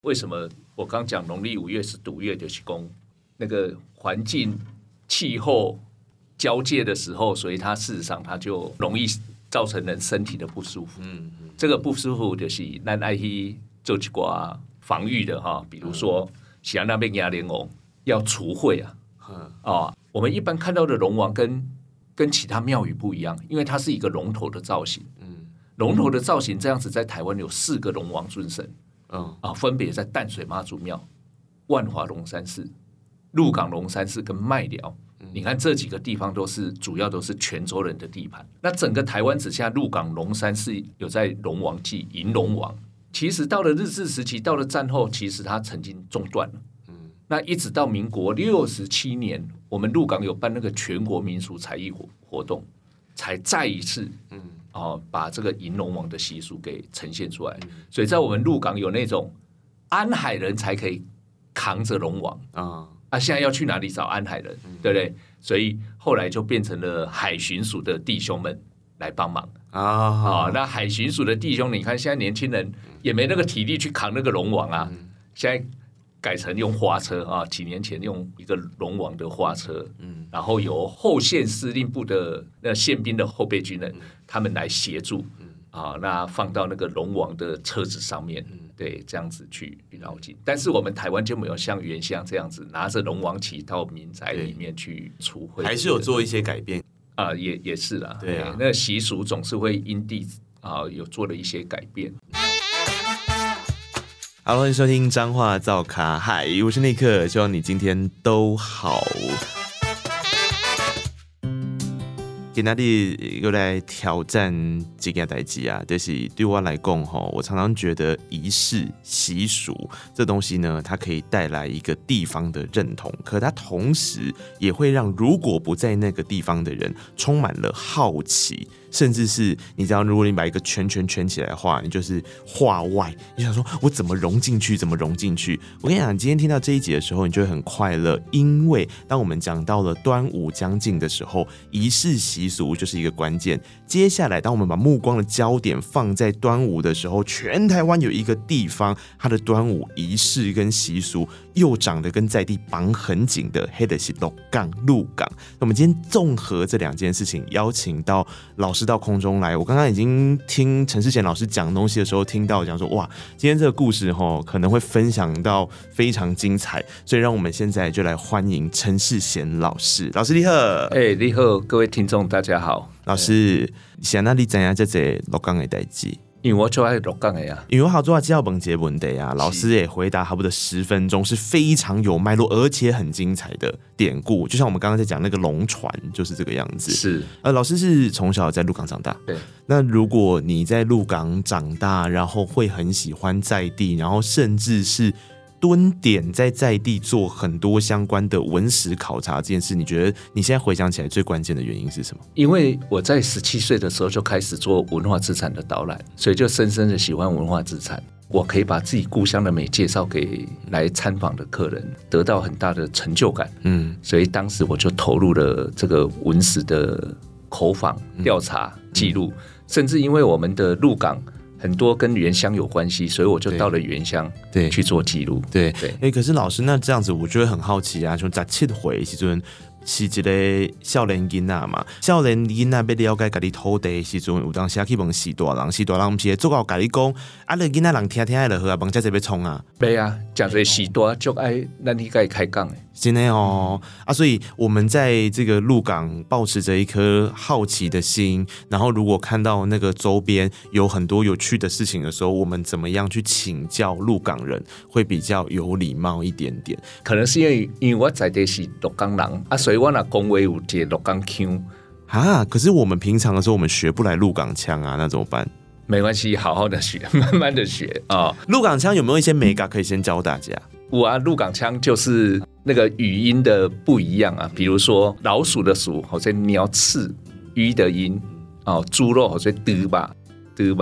为什么我刚讲农历5月是堵月，就是说那个环境气候交界的时候，所以它事实上它就容易造成人身体的不舒服。这个不舒服就是咱要去做一寡防御的哈，比如说西安那边牙莲王要除秽啊。我们一般看到的龙王跟其他庙宇不一样，因为它是一个龙头的造型。龙头的造型这样子，在台湾有4个龙王尊神。分别在淡水妈祖庙、万华龙山寺、鹿港龙山寺跟麦寮。你看这几个地方主要都是泉州人的地盘。那整个台湾只剩下鹿港龙山寺有在龙王祭迎龙王。其实到了日治时期，到了战后，其实它曾经中断了。那一直到民国67年，我们鹿港有办那个全国民俗才艺活动，才再一次把这个迎龙王的习俗给呈现出来。所以在我们鹿港有那种安海人才可以扛着龙王现在要去哪里找安海人，对不对？所以后来就变成了海巡署的弟兄们来帮忙那海巡署的弟兄，你看现在年轻人也没那个体力去扛那个龙王现在改成用花车几年前用一个龙王的花车，然后由后线司令部的宪兵的后备军人他们来协助那放到那个龙王的车子上面，对，这样子去绕境。但是我们台湾就没有像原乡这样子拿着龙王旗到民宅里面去除秽， 还是有做一些改变也是啦， 对那习俗总是会因地有做了一些改变。 好，欢迎收听彰化造咖，嗨，我是内克，希望你今天都好。今天又来挑战这件代志就是对我来讲我常常觉得仪式习俗这东西呢，它可以带来一个地方的认同，可它同时也会让如果不在那个地方的人充满了好奇，甚至是你知道，如果你把一个圈圈圈起来的话，你就是画外，你想说我怎么融进去，怎么融进去？我跟你讲，今天听到这一集的时候，你就会很快乐，因为当我们讲到了端午将近的时候，仪式习俗就是一个关键。接下来，当我们把目光的焦点放在端午的时候，全台湾有一个地方，它的端午仪式跟习俗又长得跟在地绑很紧的，黑的是鹿港。那我们今天综合这2件事情，邀请到老师到空中来。我刚刚已经听陈世贤老师讲东西的时候，听到讲说，哇，今天这个故事可能会分享到非常精彩，所以让我们现在就来欢迎陈世贤老师。老师你好。 你好，各位听众大家好。 老师，现在你知道这个鹿港的代志？ 因为我就爱鹿港的呀， 因为我好做只要问这个问题老师也回答差不多10分钟，是非常有脉络而且很精彩的典故。就像我们刚刚在讲那个龙船，就是这个样子。 是， 老师是从小在鹿港长大。 对。 那如果你在鹿港长大，然后会很喜欢在地，然后甚至是蹲点在地做很多相关的文史考察这件事，你觉得你现在回想起来最关键的原因是什么？ 因为我在17岁的时候就开始做文化资产的导览，所以就深深的喜欢文化资产。我可以把自己故乡的美介绍给来参访的客人，得到很大的成就感。所以当时我就投入了这个文史的口访、调查、记录，甚至因为我们的鹿港很多跟原乡有关系，所以我就到了原乡去做记录。 对，可是老师，那这样子我就会很好奇像17岁的时候是一个少年囡仔嘛，少年囡仔要了解家己土地的时阵，有当时去问士大人，士大人不是做到家己讲，你囡仔人听听就好问这要创啊？ 对啊，真多士大就爱咱去跟他开讲的。 真的所以我们在这个鹿港抱持着一颗好奇的心，然后如果看到那个周边有很多有趣的事情的时候，我们怎么样去请教鹿港人会比较有礼貌一点点？ 可能是因为我在地是鹿港人所以我若讲话有一个鹿港腔可是我们平常的时候我们学不来鹿港腔那怎么办？ 没关系，好好的学，慢慢的学鹿港腔有没有一些美感可以先教大家？ 有啊，鹿港腔就是那个语音的不一样比如说老鼠的鼠好像鸟刺，鱼的音猪肉好像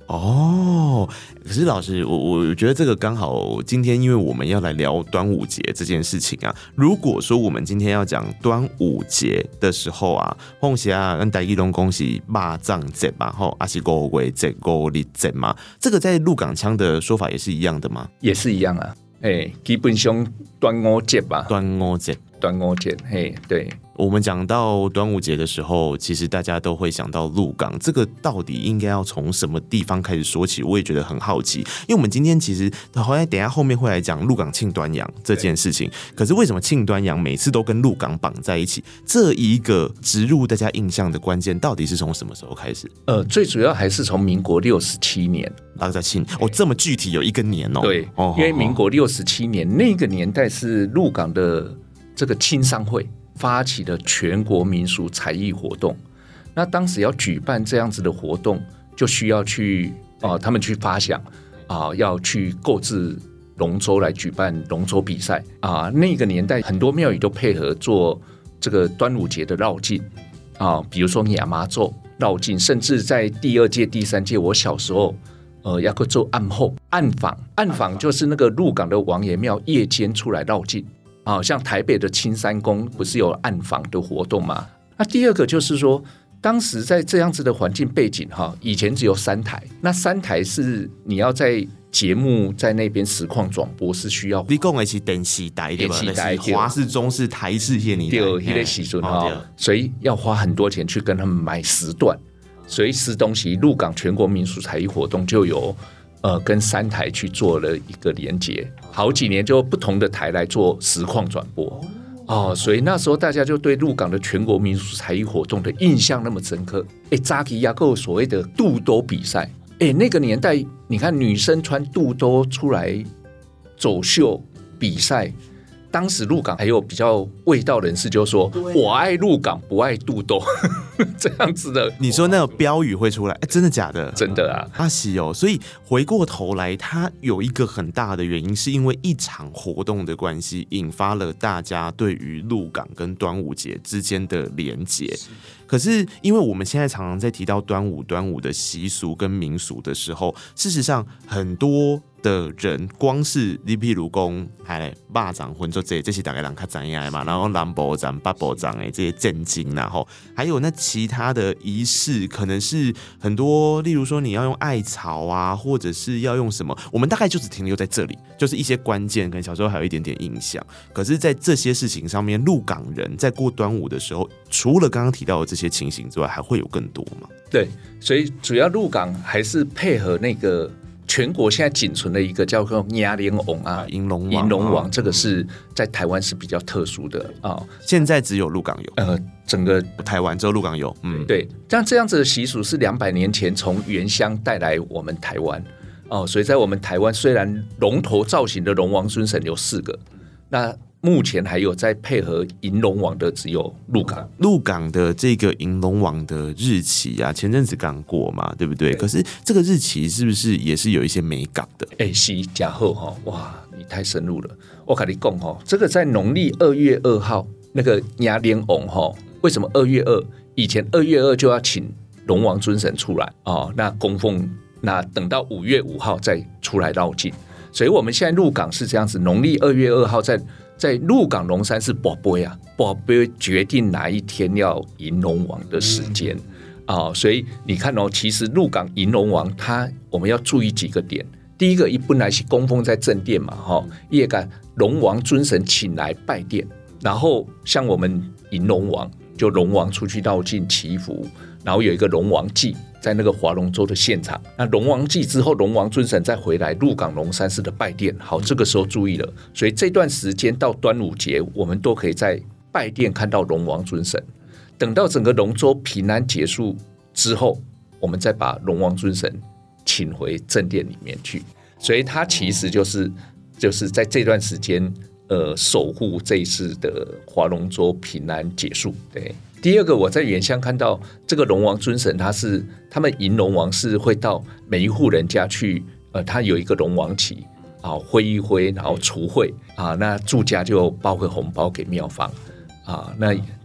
哦，可是老师，我觉得这个刚好今天，因为我们要来聊端午节这件事情啊。如果说我们今天要讲端午节的时候啊，凤喜啊跟台语拢讲是肉粽节嘛，吼，还是五月节、五日节嘛，这个在鹿港腔的说法也是一样的吗？ 也是一样啊，基本上端午节吧， 端午节， 对。 我们讲到端午节的时候，其实大家都会想到鹿港，这个到底应该要从什么地方开始说起？我也觉得很好奇，因为我们今天其实好像等一下后面会来讲鹿港庆端阳这件事情，可是为什么庆端阳每次都跟鹿港绑在一起？这一个植入大家印象的关键，到底是从什么时候开始？ 最主要还是从民国67年。 大家庆这么具体有一个年哦。 对，因为民国67年那个年代是鹿港的这个青商会发起的全国民俗才艺活动，那当时要举办这样子的活动，就需要去他们去发想要去购置龙舟来举办龙舟比赛那个年代很多庙宇都配合做这个端午节的绕境比如说亚麻咒绕境，甚至在第2届、第3届，我小时候要做暗访就是那个鹿港的王爷庙夜间出来绕境。像台北的青山宫不是有暗访的活动吗？那第二个就是说，当时在这样子的环境背景以前只有3台，那3台是你要在节目在那边实况转播是需要。 你讲的是电视台对吧？华视、中视、台视那年代， 对，那个时阵所以要花很多钱去跟他们买时段，所以吃东西鹿港全国民俗才艺活动就有。跟3台去做了一个连结，好几年就不同的台来做实况转播所以那时候大家就对鹿港的全国民俗才艺活动的印象那么深刻。早期也有所谓的肚兜比赛，那个年代你看女生穿肚兜出来走秀比赛，当时鹿港还有比较味道人士就说我爱鹿港不爱肚兜这样子的。 你说那个标语会出来真的假的？ 真的啊， 阿喜所以回过头来它有一个很大的原因是因为一场活动的关系引发了大家对于鹿港跟端午节之间的连结。可是因为我们现在常常在提到端午的习俗跟民俗的时候，事实上很多的人光是你譬如说肉粽婚做这是大概人较知道的嘛，然后南部粽、北部粽的这些镇经，然后还有那其他的仪式，可能是很多，例如说你要用艾草或者是要用什么，我们大概就只停留在这里，就是一些关键，可能小时候还有一点点印象。可是，在这些事情上面，鹿港人在过端午的时候，除了刚刚提到的这些情形之外，还会有更多吗？ 对，所以主要鹿港还是配合那个全国现在仅存的一个叫做迎龙王迎龙王，这个是在台湾是比较特殊的现在只有鹿港有， 整个台湾只有鹿港有。 对，像这样子的习俗是200年前从原乡带来我们台湾所以在我们台湾虽然龙头造型的龙王尊神有4个，那目前还有在配合迎龙王的只有鹿港。 鹿港的这个迎龙王的日期前阵子刚过嘛，对不对？可是这个日期是不是也是有一些美感的？ 是真好哇，你太深入了。我跟你讲这个在农历2月2号那个迎龙王为什么2月2？以前2月2就要请龙王尊神出来那供奉，那等到5月5号再出来绕境。所以我们现在鹿港是这样子，农历2月2号在鹿港龙山是博杯决定哪一天要迎龙王的时间所以你看其实鹿港迎龙王我们要注意几个点。第一个，本来是供奉在正殿嘛也把龙王尊神请来拜殿，然后像我们迎龙王就龙王出去绕境祈福，然后有一个龙王祭在那个划龙舟的现场，那龙王祭之后龙王尊神再回来鹿港龙山寺的拜殿。好，这个时候注意了，所以这段时间到端午节我们都可以在拜殿看到龙王尊神。等到整个龙舟平安结束之后，我们再把龙王尊神请回正殿里面去。所以它其实就是在这段时间守护这一次的划龙舟平安结束。对，第二个，我在原乡看到这个龙王尊神，他们迎龙王是会到每一户人家去，他有一个龙王旗挥一挥，然后除秽那住家就包个红包给庙方那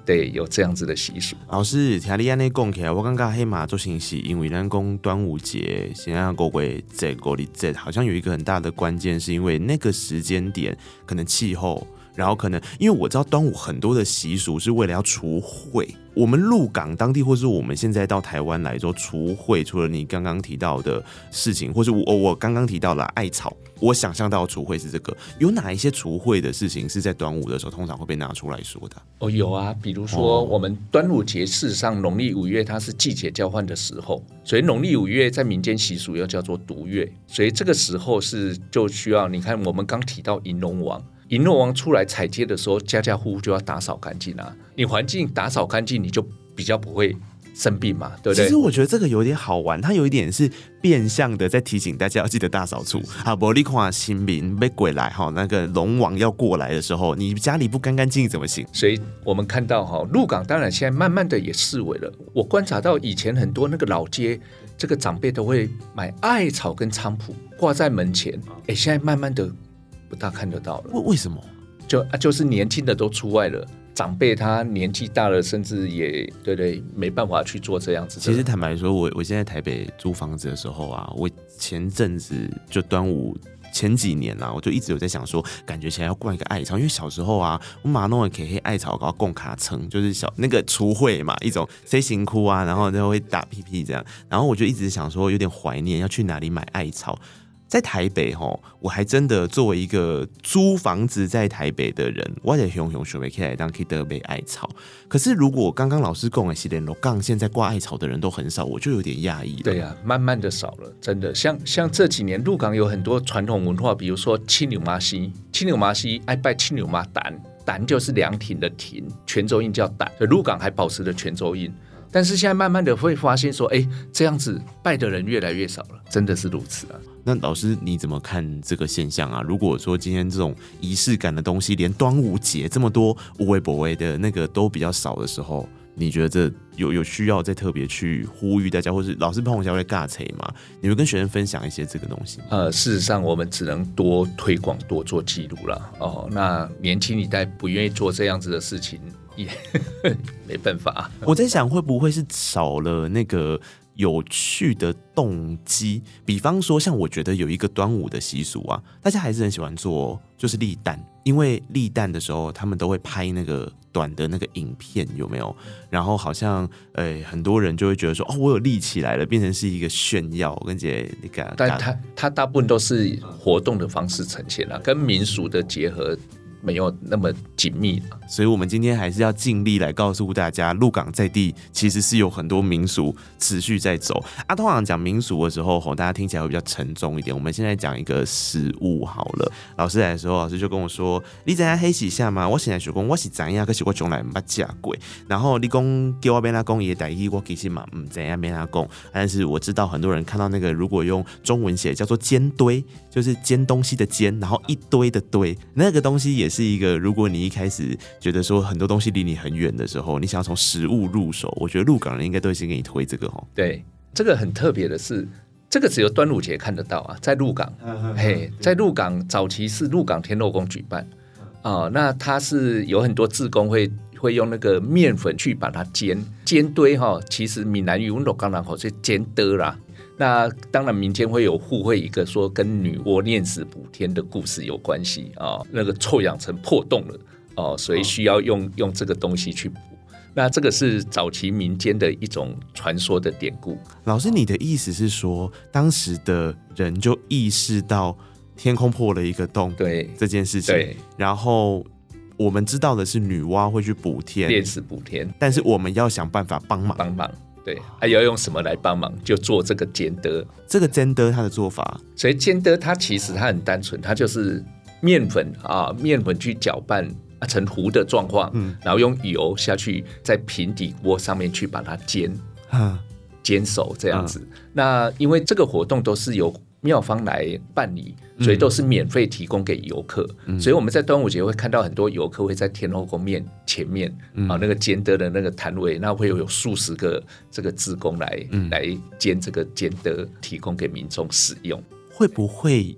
对，有这样子的习俗。 老师听你安尼讲起来，我感觉黑马做行是因为咱讲端午节，现在5月5日好像有一个很大的关键，是因为那个时间点可能气候。然后可能因为我知道端午很多的习俗是为了要除晦，我们鹿港当地或是我们现在到台湾来之后除晦，除了你刚刚提到的事情，或是我刚刚提到了艾草，我想象到的除晦是这个，有哪一些除晦的事情是在端午的时候通常会被拿出来说的？ 有啊，比如说我们端午节事实上农历5月它是季节交换的时候，所以农历5月在民间习俗又叫做毒月，所以这个时候是就需要你看我们刚提到迎龙王。迎龙王出来踩街的时候，家家户户就要打扫干净啊！你环境打扫干净，你就比较不会生病嘛，对不对？ 其实我觉得这个有点好玩，它有一点是变相的在提醒大家要记得大扫除啊！不然你看新民被鬼来哈，那个龙王要过来的时候，你家里不干干净怎么行？ 所以我们看到哈，鹿港当然现在慢慢的也式微了。我观察到以前很多那个老街，这个长辈都会买艾草跟菖蒲挂在门前，现在慢慢的不大看得到了。 为什么？ 就是年轻的都出外了，长辈他年纪大了，甚至也对没办法去做这样子。 其实坦白说，我现在台北租房子的时候啊，我前阵子就端午前几年啦，我就一直有在想说，感觉起来要灌一个艾草，因为小时候啊，我妈弄的给黑艾草搞供卡称，就是小那个除秽嘛，一种 C 型哭啊，然后就会打屁屁这样，然后我就一直想说，有点怀念要去哪里买艾草。在台北我还真的作为一个租房子在台北的人，我也想要起来当去得买艾草。可是如果刚刚老师讲的是连鹿港现在挂艾草的人都很少，我就有点讶异了。 对啊，慢慢的少了，真的。像这几年鹿港有很多传统文化，比如说青牛麻西爱拜青牛麻胆就是凉亭的亭，泉州印叫胆，所以鹿港还保持了泉州印。但是现在慢慢的会发现说，这样子拜的人越来越少了，真的是如此啊。 那老师你怎么看这个现象啊？如果说今天这种仪式感的东西，连端午节这么多无为不为的那个都比较少的时候，你觉得这有需要再特别去呼吁大家，或是老师碰一下会尬扯吗？你会跟学生分享一些这个东西吗？ 事实上我们只能多推广多做记录了。那年轻一代不愿意做这样子的事情也没办法。 我在想会不会是少了那个有趣的动机，比方说像我觉得有一个端午的习俗啊，大家还是很喜欢做，就是立蛋。因为立蛋的时候他们都会拍那个短的那个影片，有没有？然后好像很多人就会觉得说，我有立起来了，变成是一个炫耀跟那个。 但它大部分都是活动的方式呈现跟民俗的结合没有那么紧密， 所以我们今天还是要尽力来告诉大家，鹿港在地其实是有很多民俗持续在走啊。通常讲民俗的时候，大家听起来会比较沉重一点。我们现在讲一个食物好了。老师来的时候，老师就跟我说：“你知道黑喜下吗？我现在想说我是怎样，可是我从来没吃过。然后你讲叫我别他讲也台语，我其实嘛怎样别他讲。但是我知道很多人看到那个，如果用中文写叫做煎堆，就是煎东西的煎，然后一堆的堆，那个东西也是一个，如果你一开始觉得说很多东西离你很远的时候，你想要从食物入手，我觉得鹿港人应该都会先给你推这个对，这个很特别的是，这个只有端午节看得到啊，在鹿港，在鹿港早期是鹿港天后宫举办那它是有很多志工会用那个面粉去把它煎堆其实闽南语我们鹿港人是煎堆啦。那当然民间会有互惠一个说跟女娲念死补天的故事有关系那个臭氧层破洞了所以需要用这个东西去补。那这个是早期民间的一种传说的典故。 老师，你的意思是说，当时的人就意识到天空破了一个洞，对这件事情，对，然后我们知道的是女娲会去补天， 炼死补天， 但是我们要想办法帮忙。 对，还要用什么来帮忙？就做这个煎堆。 这个煎堆它的做法， 所以煎堆它其实它很单纯，它就是面粉去搅拌成糊的状况，然后用油下去在平底锅上面去把它煎熟这样子。那因为这个活动都是由庙方来办理，所以都是免费提供给游客，所以我们在端午节会看到很多游客会在天后宫前面那个煎堆的那个摊位，那会有数十个这个志工来煎这个煎堆，提供给民众使用。 会不会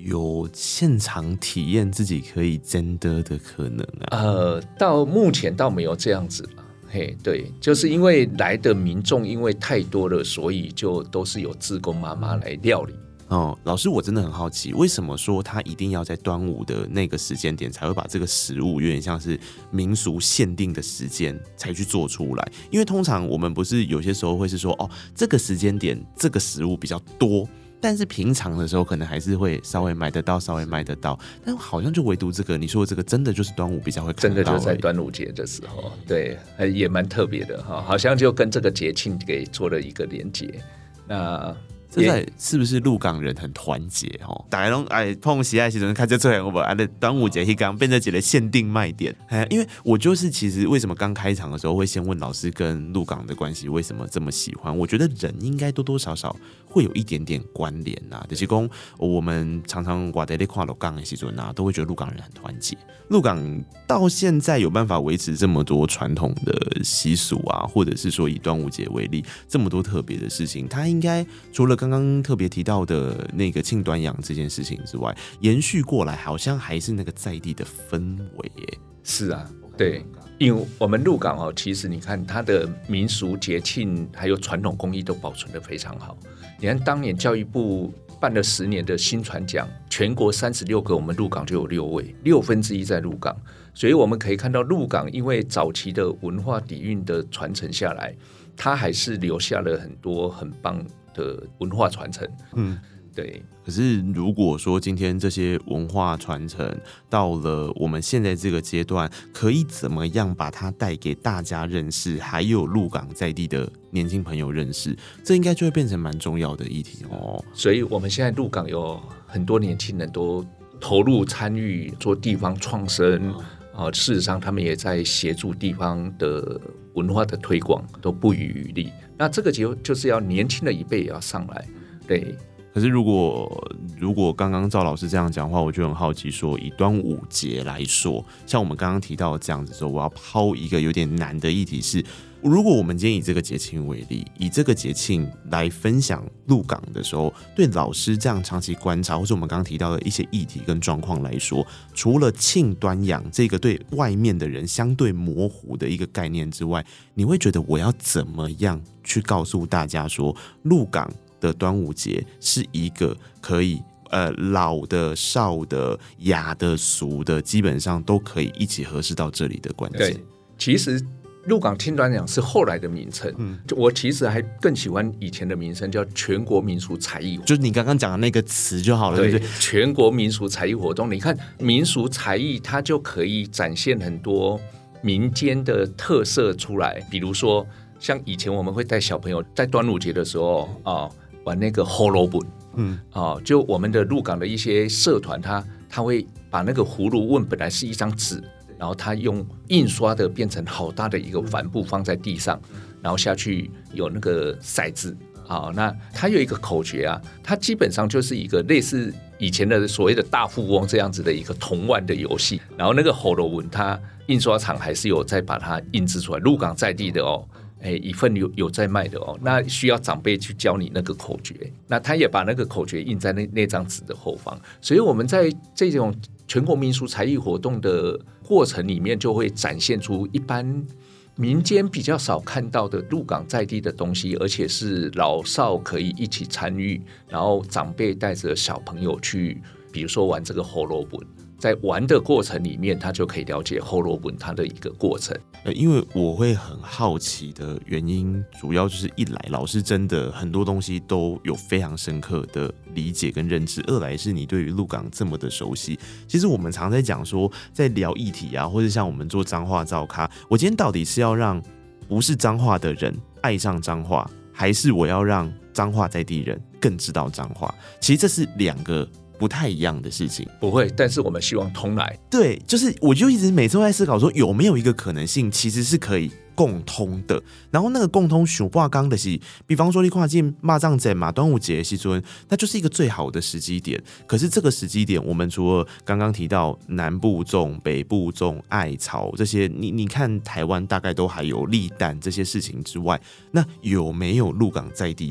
有现场体验自己可以真的可能啊？ 到目前倒没有这样子了。嘿，对，就是因为来的民众因为太多了，所以就都是有志工妈妈来料理。 老师，我真的很好奇，为什么说他一定要在端午的那个时间点才会把这个食物有点像是民俗限定的时间才去做出来？因为通常我们不是有些时候会是说，这个时间点这个食物比较多，但是平常的时候可能还是会稍微买得到，稍微卖得到，但好像就唯独这个你说的这个真的就是端午比较会看到， 真的就在端午节的时候，对，也蛮特别的哈，好像就跟这个节庆给做了一个连结。那这在是不是鹿港人很团结哦？大家都碰喜爱时阵，看这出来我们端午节一刚变成一个限定卖点。因为我就是其实为什么刚开场的时候会先问老师跟鹿港的关系为什么这么喜欢？我觉得人应该多多少少会有一点点关联呐。就是说我们常常我在看鹿港的时阵啊，都会觉得鹿港人很团结。鹿港到现在有办法维持这么多传统的习俗啊，或者是说以端午节为例，这么多特别的事情，它应该除了刚刚特别提到的那个庆端阳这件事情之外，延续过来好像还是那个在地的氛围耶。 是啊，对，因为我们鹿港其实你看它的民俗节庆还有传统工艺都保存得非常好。你看当年教育部办了10年的新传奖，全国36个，我们鹿港就有6位，1/6在鹿港。所以我们可以看到鹿港因为早期的文化底蕴的传承下来，它还是留下了很多很棒的文化传承。对。 可是如果说今天这些文化传承到了我们现在这个阶段，可以怎么样把它带给大家认识，还有鹿港在地的年轻朋友认识，这应该就会变成蛮重要的议题哦。 所以我们现在鹿港有很多年轻人都投入参与做地方创生。事实上他们也在协助地方的文化的推广，都不遗余力。那这个就是要年轻的一辈也要上来。对。 可是如果刚刚赵老师这样讲话，我就很好奇说，以端午节来说，像我们刚刚提到的这样子说，我要抛一个有点难的议题是，如果我们今天以这个节庆为例，以这个节庆来分享鹿港的时候，对老师这样长期观察，或者我们刚刚提到的一些议题跟状况来说，除了庆端阳这个对外面的人相对模糊的一个概念之外，你会觉得我要怎么样去告诉大家说，鹿港的端午节是一个可以老的、少的、雅的、俗的，基本上都可以一起合适到这里的关键。 对，其实鹿港庆端阳是后来的名称，我其实还更喜欢以前的名称，叫全国民俗才艺活动， 就是你刚刚讲的那个词就好了，对不对？ 全国民俗才艺活动，你看民俗才艺，它就可以展现很多民间的特色出来，比如说像以前我们会带小朋友在端午节的时候玩那个葫芦问，就我们的鹿港的一些社团，他会把那个葫芦问本来是一张纸，然后他用印刷的变成好大的一个帆布放在地上，然后下去有那个骰子，那它有一个口诀啊，它基本上就是一个类似以前的所谓的大富翁这样子的一个铜腕的游戏，然后那个葫芦问它印刷厂还是有再把它印制出来，鹿港在地的一份有在卖的那需要长辈去教你那个口诀，那他也把那个口诀印在那张纸的后方，所以我们在这种全国民俗才艺活动的过程里面，就会展现出一般民间比较少看到的鹿港在地的东西，而且是老少可以一起参与，然后长辈带着小朋友去，比如说玩这个葫芦本，在玩的过程里面，他就可以了解葫芦本它的一个过程。 因为我会很好奇的原因，主要就是一来老师真的很多东西都有非常深刻的理解跟认知，二来是你对于鹿港这么的熟悉。其实我们常在讲说，在聊议题啊，或者像我们做彰化造咖，我今天到底是要让不是彰化的人爱上彰化，还是我要让彰化在地人更知道彰化？其实这是两个不太一样的事情。 不会，但是我们希望通来。 对，就是我就一直每次都在思考说，有没有一个可能性其实是可以共通的，然后那个共通想法讲的是，比方说你看进肉粽节嘛，端午节的时阵，那就是一个最好的时机点。可是这个时机点，我们除了刚刚提到南部粽、北部粽、艾草这些，你看台湾大概都还有立蛋这些事情之外，那有没有鹿港在地的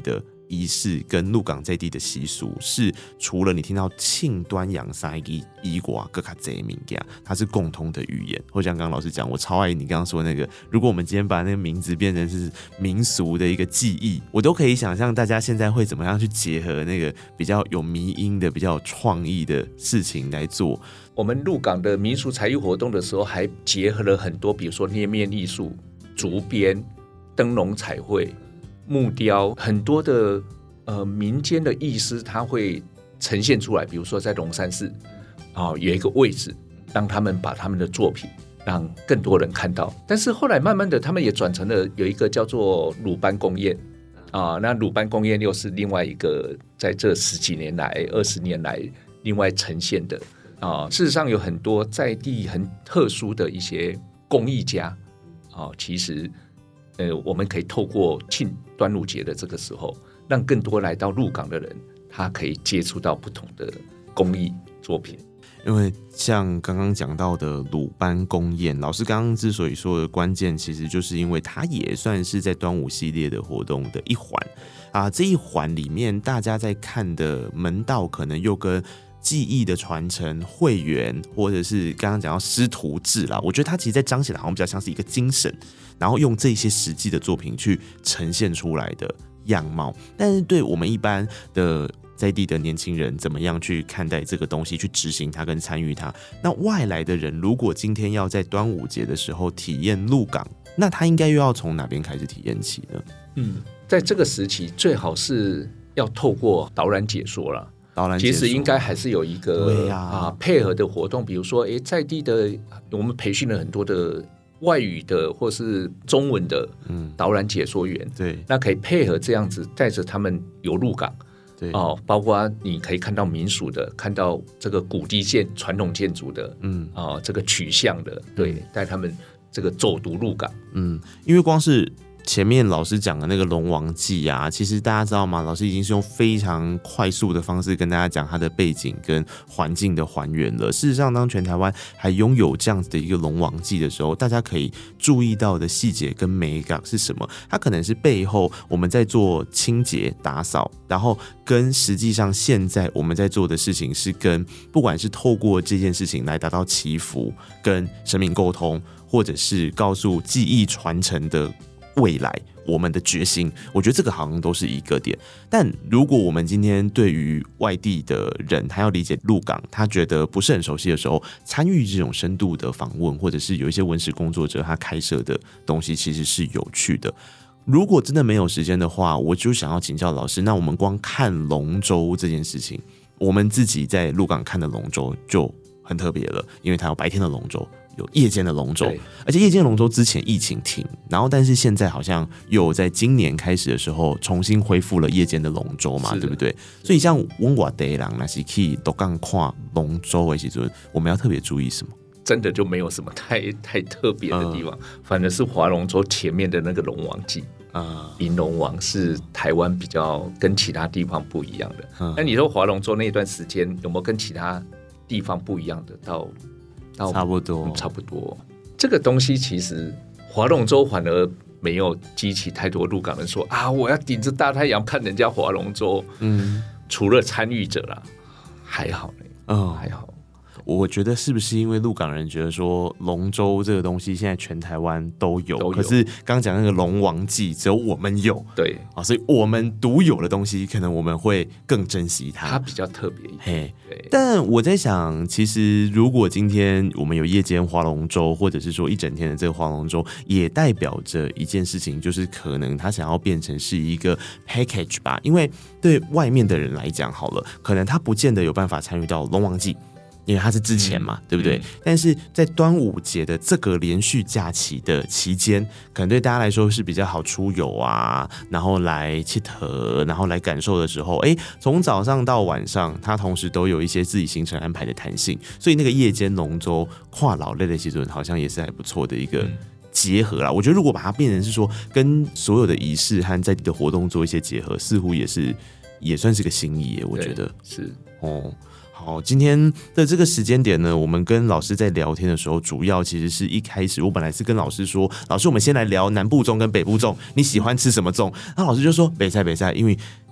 仪式跟鹿港在地的习俗是除了你听到庆端阳三个以外更加多的物件，它是共通的语言。或像刚刚老师讲，我超爱你刚刚说那个，如果我们今天把那个名字变成是民俗的一个记忆，我都可以想象大家现在会怎么样去结合那个比较有迷因的、比较有创意的事情来做。 我们鹿港的民俗才艺活动的时候，还结合了很多，比如说捏面艺术、竹编、灯笼彩绘、木雕，很多的民间的艺师，他会呈现出来。比如说在龙山寺有一个位置，让他们把他们的作品让更多人看到。但是后来慢慢的，他们也转成了有一个叫做鲁班公宴那鲁班公宴又是另外一个在这10几年来、20年来另外呈现的。事实上有很多在地很特殊的一些工艺家其实我们可以透过庆端午节的这个时候，让更多来到鹿港的人，他可以接触到不同的工艺作品。 因为像刚刚讲到的鲁班公宴，老师刚刚之所以说的关键，其实就是因为它也算是在端午系列的活动的一环这一环里面，大家在看的门道可能又跟技艺的传承、会员，或者是刚刚讲到师徒制啦，我觉得它其实在彰显的好像比较像是一个精神，然后用这些实际的作品去呈现出来的样貌。但是对我们一般的在地的年轻人，怎么样去看待这个东西，去执行它跟参与它？那外来的人如果今天要在端午节的时候体验鹿港，那他应该又要从哪边开始体验起呢？ 在这个时期最好是要透过导览解说了。其实应该还是有一个配合的活动，比如说在地的我们培训了很多的外语的或是中文的导览解说员， 对， 那可以配合这样子带着他们游鹿港， 对包括你可以看到民俗的，看到这个古迹建传统建筑的，这个取向的，对，带他们这个走读鹿港， 因为光是前面老师讲的那个龙王记其实大家知道吗？老师已经是用非常快速的方式跟大家讲它的背景跟环境的还原了。事实上，当全台湾还拥有这样子的一个龙王记的时候，大家可以注意到的细节跟美感是什么？它可能是背后我们在做清洁打扫，然后跟实际上现在我们在做的事情是跟不管是透过这件事情来达到祈福、跟神明沟通，或者是告诉技艺传承的未来我们的决心，我觉得这个好像都是一个点。但如果我们今天对于外地的人，他要理解鹿港，他觉得不是很熟悉的时候，参与这种深度的访问，或者是有一些文史工作者他开设的东西，其实是有趣的。如果真的没有时间的话，我就想要请教老师，那我们光看龙舟这件事情，我们自己在鹿港看的龙舟就很特别了，因为它有白天的龙舟，有夜间的龙舟，而且夜间的龙舟之前疫情停，然后但是现在好像又在今年开始的时候重新恢复了夜间的龙舟嘛，对不对？所以像温瓦德郎那是去都刚看龙舟的时候，我们要特别注意什么？ 真的就没有什么太特别的地方，反而是划龙舟前面的那个龙王祭迎龙王是台湾比较跟其他地方不一样的。那你说划龙舟那段时间有没有跟其他地方不一样的？到差不多， 差不多。这个东西其实划龙舟反而没有激起太多鹿港人说我要顶着大太阳看人家划龙舟。除了参与者啦，还好还好。 我觉得是不是因为鹿港人觉得说龙舟这个东西现在全台湾都有，可是刚刚讲那个龙王祭只有我们有， 对所以我们独有的东西可能我们会更珍惜它比较特别一点。 但我在想，其实如果今天我们有夜间划龙舟，或者是说一整天的这个划龙舟，也代表着一件事情，就是可能他想要变成是一个 package 吧。因为对外面的人来讲好了，可能他不见得有办法参与到龙王祭，因为它是之前嘛，对不对？但是在端午节的这个连续假期的期间，可能对大家来说是比较好出游然后来佚佗，然后来感受的时候，从早上到晚上，它同时都有一些自己行程安排的弹性，所以那个夜间龙舟跨老类的时候，好像也是还不错的一个结合啦。我觉得如果把它变成是说跟所有的仪式和在地的活动做一些结合，似乎也算是个新意耶，我觉得是好，今天的这个时间点呢，我们跟老师在聊天的时候，主要其实是一开始我本来是跟老师说，老师我们先来聊南部粽跟北部粽，你喜欢吃什么粽？那老师就说北菜，因为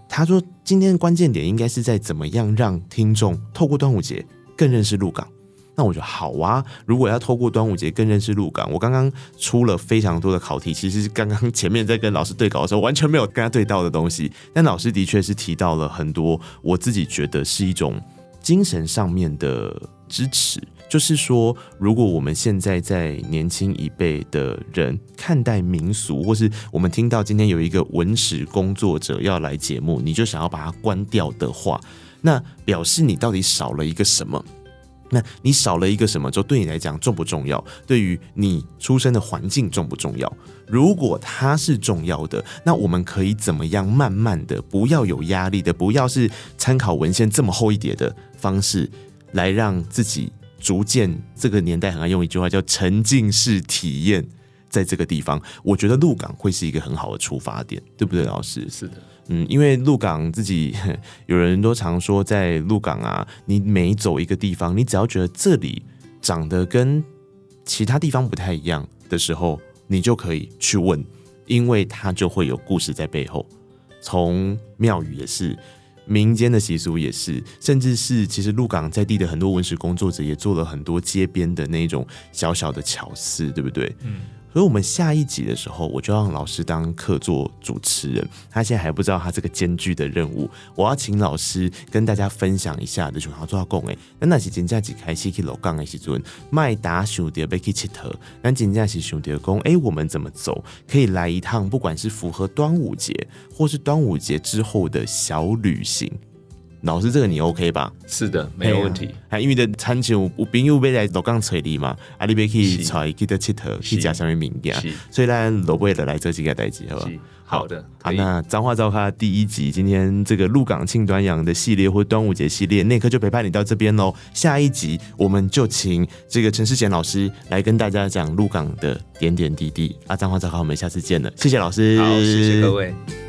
他说今天的关键点应该是在怎么样让听众透过端午节更认识鹿港。那我觉得好啊，如果要透过端午节更认识鹿港，我刚刚出了非常多的考题，其实刚刚前面在跟老师对稿的时候完全没有跟他对到的东西，但老师的确是提到了很多我自己觉得是一种精神上面的支持。就是说如果我们现在在年轻一辈的人看待民俗，或是我们听到今天有一个文史工作者要来节目，你就想要把它关掉的话，那表示你到底少了一个什么。那你少了一个什么，就对你来讲重不重要？对于你出生的环境重不重要？如果它是重要的，那我们可以怎么样慢慢的，不要有压力的，不要是参考文献这么厚一叠的方式，来让自己逐渐，这个年代很爱用一句话叫沉浸式体验在这个地方。我觉得鹿港会是一个很好的出发点，对不对，老师？ 是的。 因为鹿港自己有人都常说，在鹿港啊，你每走一个地方，你只要觉得这里长得跟其他地方不太一样的时候，你就可以去问，因为它就会有故事在背后。从庙宇也是，民间的习俗也是，甚至是其实鹿港在地的很多文史工作者也做了很多街边的那种小小的巧思，对不对？所以我们下一集的时候，我就让老师当客座主持人，他现在还不知道他这个艰巨的任务，我要请老师跟大家分享一下，就是他做到讲诶，那是真正一开始去鹿港的时阵，麦达想到要去佚佗，咱真正是想到讲，我们怎么走可以来一趟，不管是符合端午节，或是端午节之后的小旅行。老师，这个你 OK 吧？ 是的，没有问题。 因为的亲像有朋友要来鹿港找你嘛，你要去找去佚佗，去吃什么物件，所以咱落尾就来做这个代志，好不好？ 好的。 那彰化噪咖第一集，今天这个鹿港庆端阳的系列或端午节系列，内科就陪伴你到这边喽。下一集我们就请这个陈世贤老师来跟大家讲鹿港的点点滴滴。彰化噪咖，我们下次见了，谢谢老师， 好，谢谢各位。